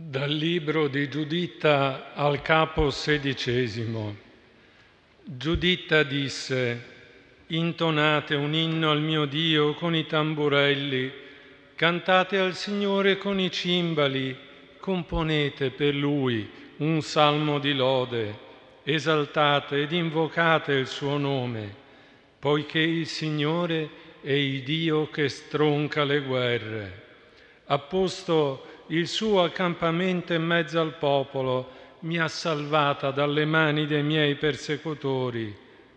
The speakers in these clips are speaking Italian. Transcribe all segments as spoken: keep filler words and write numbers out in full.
Dal libro di Giuditta al capo sedicesimo. Giuditta disse: intonate un inno al mio Dio con i tamburelli, cantate al Signore con i cimbali, componete per Lui un salmo di lode, esaltate ed invocate il suo nome, poiché il Signore è il Dio che stronca le guerre. Ha posto il suo accampamento in mezzo al popolo, mi ha salvata dalle mani dei miei persecutori.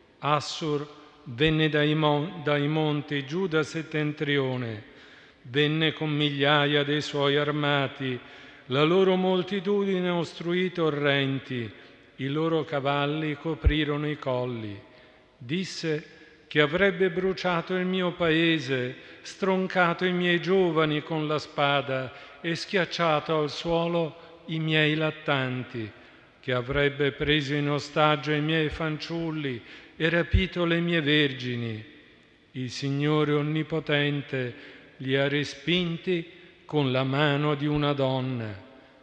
Assur venne dai, mon- dai monti giù da settentrione, venne con migliaia dei suoi armati, la loro moltitudine ostruì i torrenti, i loro cavalli coprirono i colli. Disse che avrebbe bruciato il mio paese, stroncato i miei giovani con la spada e schiacciato al suolo i miei lattanti, che avrebbe preso in ostaggio i miei fanciulli e rapito le mie vergini. Il Signore Onnipotente li ha respinti con la mano di una donna.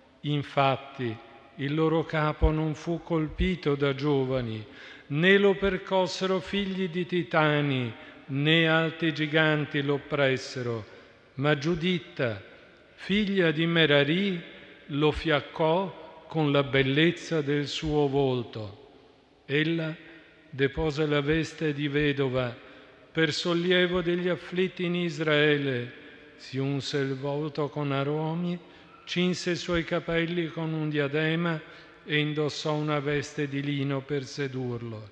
Infatti, il loro capo non fu colpito da giovani, né lo percossero figli di titani, né alti giganti lo oppressero, ma Giuditta, figlia di Merari, lo fiaccò con la bellezza del suo volto. Ella depose la veste di vedova per sollievo degli afflitti in Israele, si unse il volto con aromi, cinse i suoi capelli con un diadema e indossò una veste di lino per sedurlo.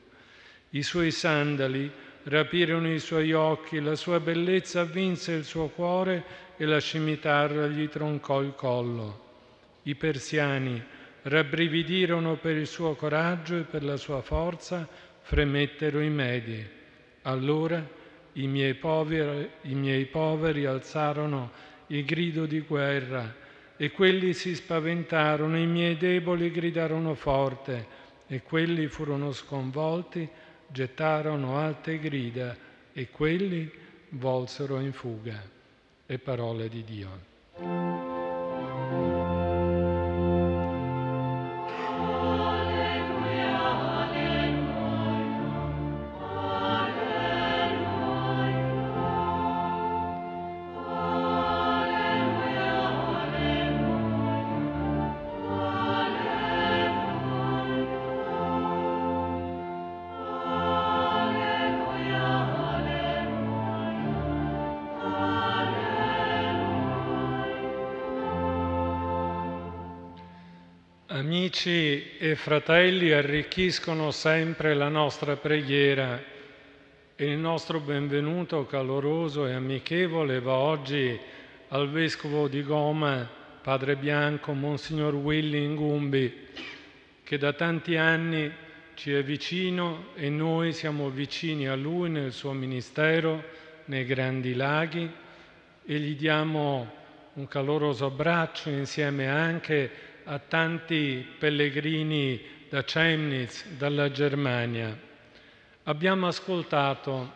I suoi sandali rapirono i suoi occhi, la sua bellezza vinse il suo cuore e la scimitarra gli troncò il collo. I persiani rabbrividirono per il suo coraggio e per la sua forza fremettero i Medi. Allora i miei poveri, i miei poveri alzarono il grido di guerra e quelli si spaventarono, i miei deboli gridarono forte e quelli furono sconvolti, gettarono alte grida e quelli volsero in fuga. Le parole di Dio. Amici e fratelli arricchiscono sempre la nostra preghiera e il nostro benvenuto caloroso e amichevole va oggi al Vescovo di Goma, Padre Bianco, Monsignor Willy Ngumbi, che da tanti anni ci è vicino e noi siamo vicini a Lui nel suo ministero, nei Grandi Laghi, e gli diamo un caloroso abbraccio insieme anche a tanti pellegrini da Chemnitz, dalla Germania. Abbiamo ascoltato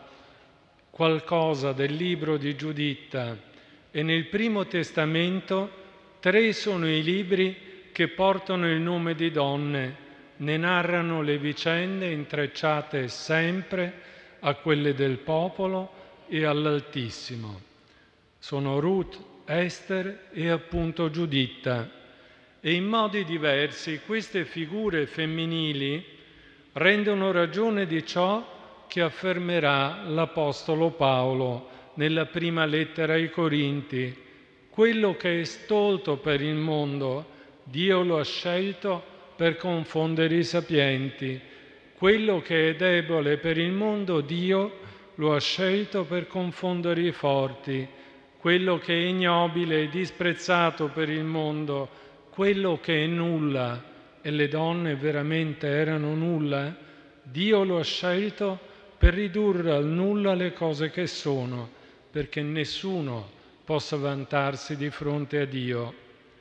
qualcosa del libro di Giuditta e nel Primo Testamento tre sono i libri che portano il nome di donne, ne narrano le vicende intrecciate sempre a quelle del popolo e all'Altissimo. Sono Ruth, Ester e appunto Giuditta. E in modi diversi queste figure femminili rendono ragione di ciò che affermerà l'Apostolo Paolo nella prima lettera ai Corinti. Quello che è stolto per il mondo, Dio lo ha scelto per confondere i sapienti. Quello che è debole per il mondo, Dio lo ha scelto per confondere i forti. Quello che è ignobile e disprezzato per il mondo, quello che è nulla, e le donne veramente erano nulla, Dio lo ha scelto per ridurre al nulla le cose che sono, perché nessuno possa vantarsi di fronte a Dio.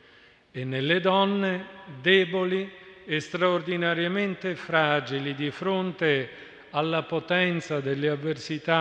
E nelle donne deboli e straordinariamente fragili di fronte alla potenza delle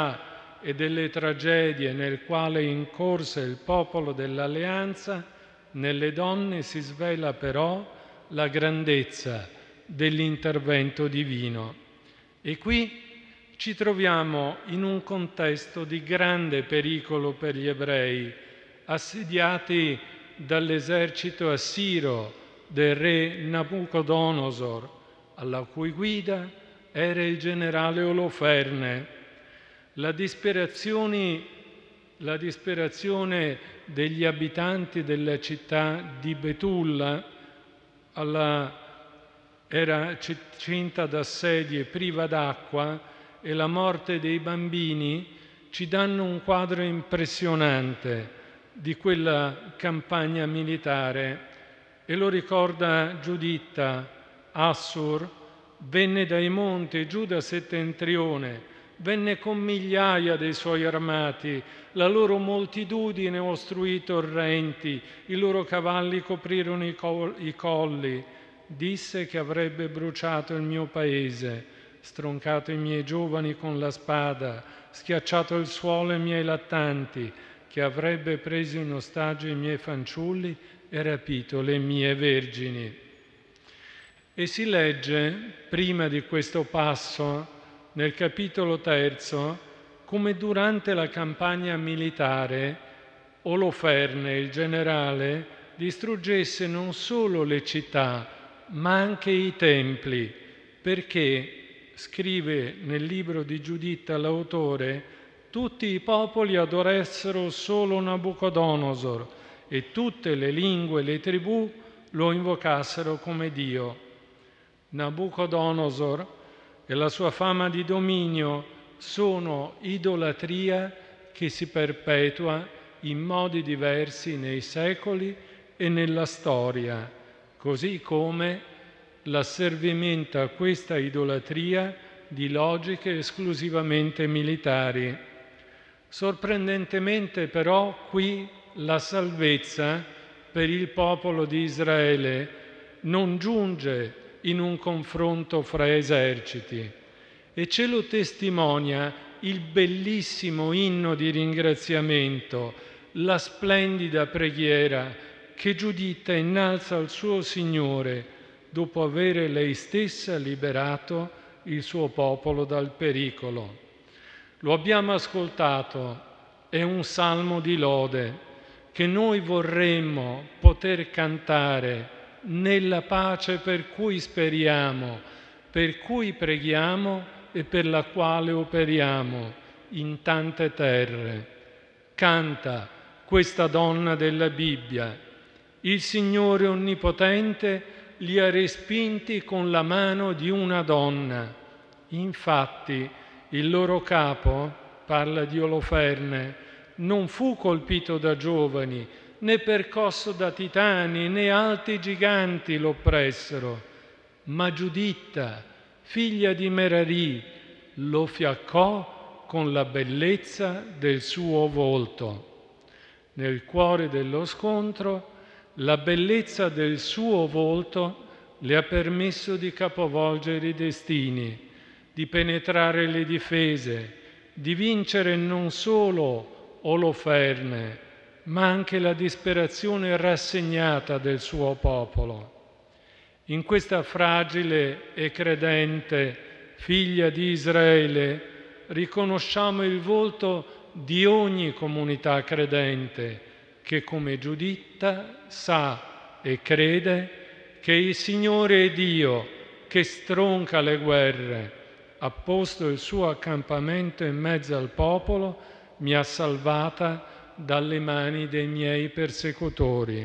avversità e delle tragedie nel quale incorse il popolo dell'Alleanza, Nelle donne si svela però la grandezza dell'intervento divino. E qui ci troviamo in un contesto di grande pericolo per gli ebrei, assediati dall'esercito assiro del re Nabucodonosor, alla cui guida era il generale Oloferne. La disperazione, la disperazione degli abitanti della città di Betulla alla, era cinta d'assedio e priva d'acqua, e la morte dei bambini ci danno un quadro impressionante di quella campagna militare, e lo ricorda Giuditta. Assur venne dai monti giù da settentrione, venne con migliaia dei suoi armati, la loro moltitudine ostruì i torrenti, i loro cavalli coprirono i, col- i colli. Disse che avrebbe bruciato il mio paese, stroncato i miei giovani con la spada, schiacciato il suolo i miei lattanti, che avrebbe preso in ostaggio i miei fanciulli e rapito le mie vergini. E si legge, prima di questo passo, nel capitolo terzo, come durante la campagna militare Oloferne, il generale, distruggesse non solo le città, ma anche i templi, perché, scrive nel libro di Giuditta l'autore, tutti i popoli adorassero solo Nabucodonosor e tutte le lingue e le tribù lo invocassero come Dio. Nabucodonosor e la sua fama di dominio sono idolatria che si perpetua in modi diversi nei secoli e nella storia, così come l'asservimento a questa idolatria di logiche esclusivamente militari. Sorprendentemente però qui la salvezza per il popolo di Israele non giunge in un confronto fra eserciti, e ce lo testimonia il bellissimo inno di ringraziamento, la splendida preghiera che Giuditta innalza al suo Signore dopo avere lei stessa liberato il suo popolo dal pericolo. Lo abbiamo ascoltato, è un salmo di lode che noi vorremmo poter cantare nella pace per cui speriamo, per cui preghiamo e per la quale operiamo in tante terre. Canta questa donna della Bibbia: il Signore Onnipotente li ha respinti con la mano di una donna. Infatti il loro capo, parla di Oloferne, non fu colpito da giovani, né percosso da titani, né alti giganti lo oppressero, ma Giuditta, figlia di Merari, lo fiaccò con la bellezza del suo volto. Nel cuore dello scontro, la bellezza del suo volto le ha permesso di capovolgere i destini, di penetrare le difese, di vincere non solo Oloferne, ma anche la disperazione rassegnata del suo popolo. In questa fragile e credente figlia di Israele riconosciamo il volto di ogni comunità credente che, come Giuditta, sa e crede che il Signore è Dio che stronca le guerre, ha posto il suo accampamento in mezzo al popolo, mi ha salvata dalle mani dei miei persecutori.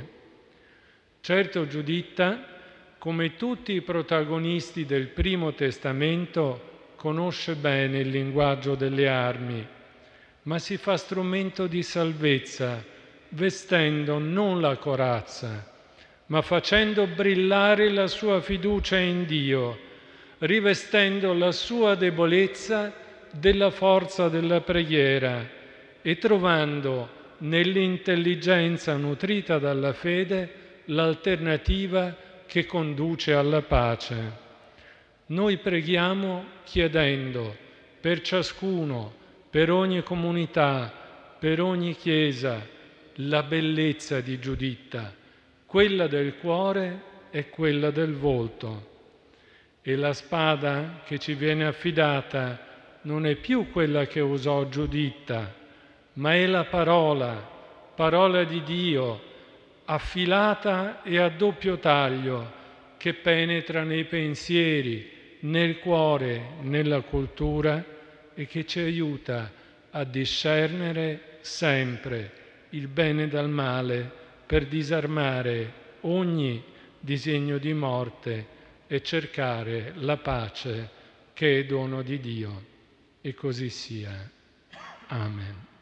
Certo, Giuditta, come tutti i protagonisti del Primo Testamento, conosce bene il linguaggio delle armi, ma si fa strumento di salvezza, vestendo non la corazza, ma facendo brillare la sua fiducia in Dio, rivestendo la sua debolezza della forza della preghiera e trovando nell'intelligenza nutrita dalla fede l'alternativa che conduce alla pace. Noi preghiamo chiedendo per ciascuno, per ogni comunità, per ogni chiesa, la bellezza di Giuditta, quella del cuore e quella del volto. E la spada che ci viene affidata non è più quella che usò Giuditta, ma è la parola, parola di Dio, affilata e a doppio taglio, che penetra nei pensieri, nel cuore, nella cultura e che ci aiuta a discernere sempre il bene dal male per disarmare ogni disegno di morte e cercare la pace che è dono di Dio. E così sia. Amen.